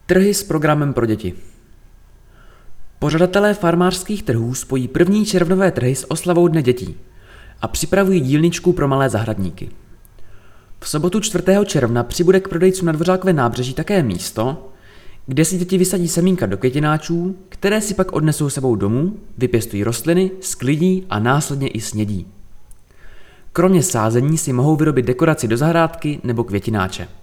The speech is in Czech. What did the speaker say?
Trhy s programem pro děti. Pořadatelé farmářských trhů spojí první červnové trhy s oslavou Dne dětí a připravují dílničku pro malé zahradníky. V sobotu 4. června přibude k prodejcům na Dvořákově nábřeží také místo, kde si děti vysadí semínka do květináčů, které si pak odnesou sebou domů, vypěstují rostliny, sklidí a následně i snědí. Kromě sázení si mohou vyrobit dekoraci do zahrádky nebo květináče.